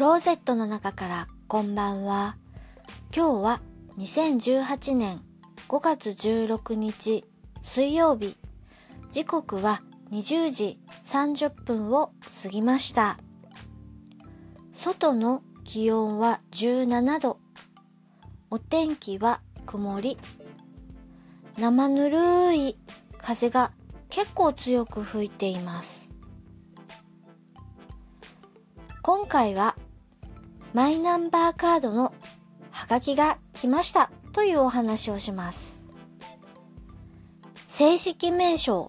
ローゼットの中からこんばんは。今日は2018年5月16日水曜日。時刻は20時30分を過ぎました。外の気温は17度。お天気は曇り。生ぬるい風が結構強く吹いています。今回はマイナンバーカードのハガキが来ましたというお話をします。正式名称、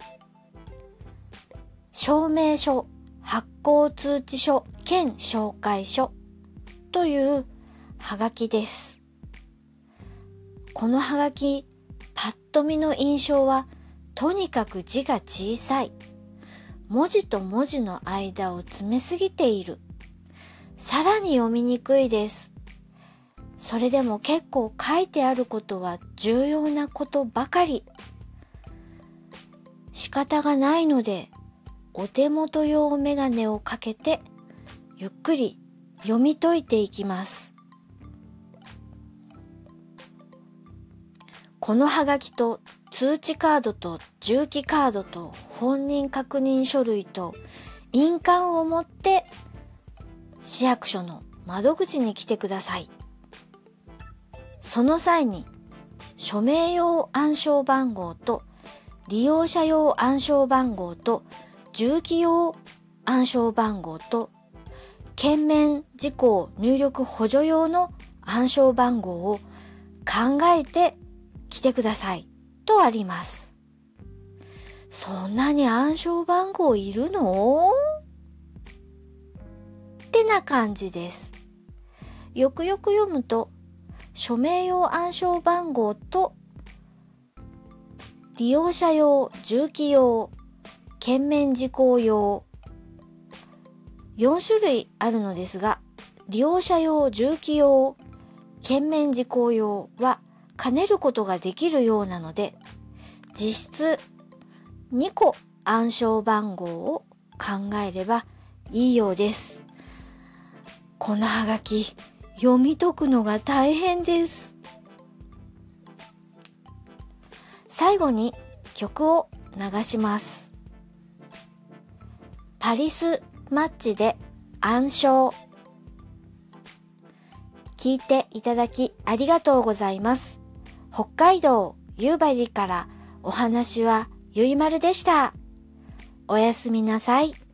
証明書、発行通知書兼紹介書というハガキです。このハガキ、パッと見の印象はとにかく字が小さい。文字と文字の間を詰めすぎている。さらに読みにくいです。それでも結構書いてあることは重要なことばかり。仕方がないので、お手元用メガネをかけて、ゆっくり読み解いていきます。このハガキと通知カードと重機カードと本人確認書類と印鑑を持って市役所の窓口に来てください。その際に署名用暗証番号と利用者用暗証番号と重機用暗証番号と券面事項入力補助用の暗証番号を考えて来てくださいとあります。そんなに暗証番号いるの？ってな感じです。よくよく読むと、署名用暗証番号と利用者用、重機用、券面事項用、4種類あるのですが、利用者用、重機用、券面事項用は兼ねることができるようなので、実質2個暗証番号を考えればいいようです。このハガキ、読み解くのが大変です。最後に曲を流します。パリスマッチで暗証。聞いていただきありがとうございます。北海道夕張からお話はゆいまるでした。おやすみなさい。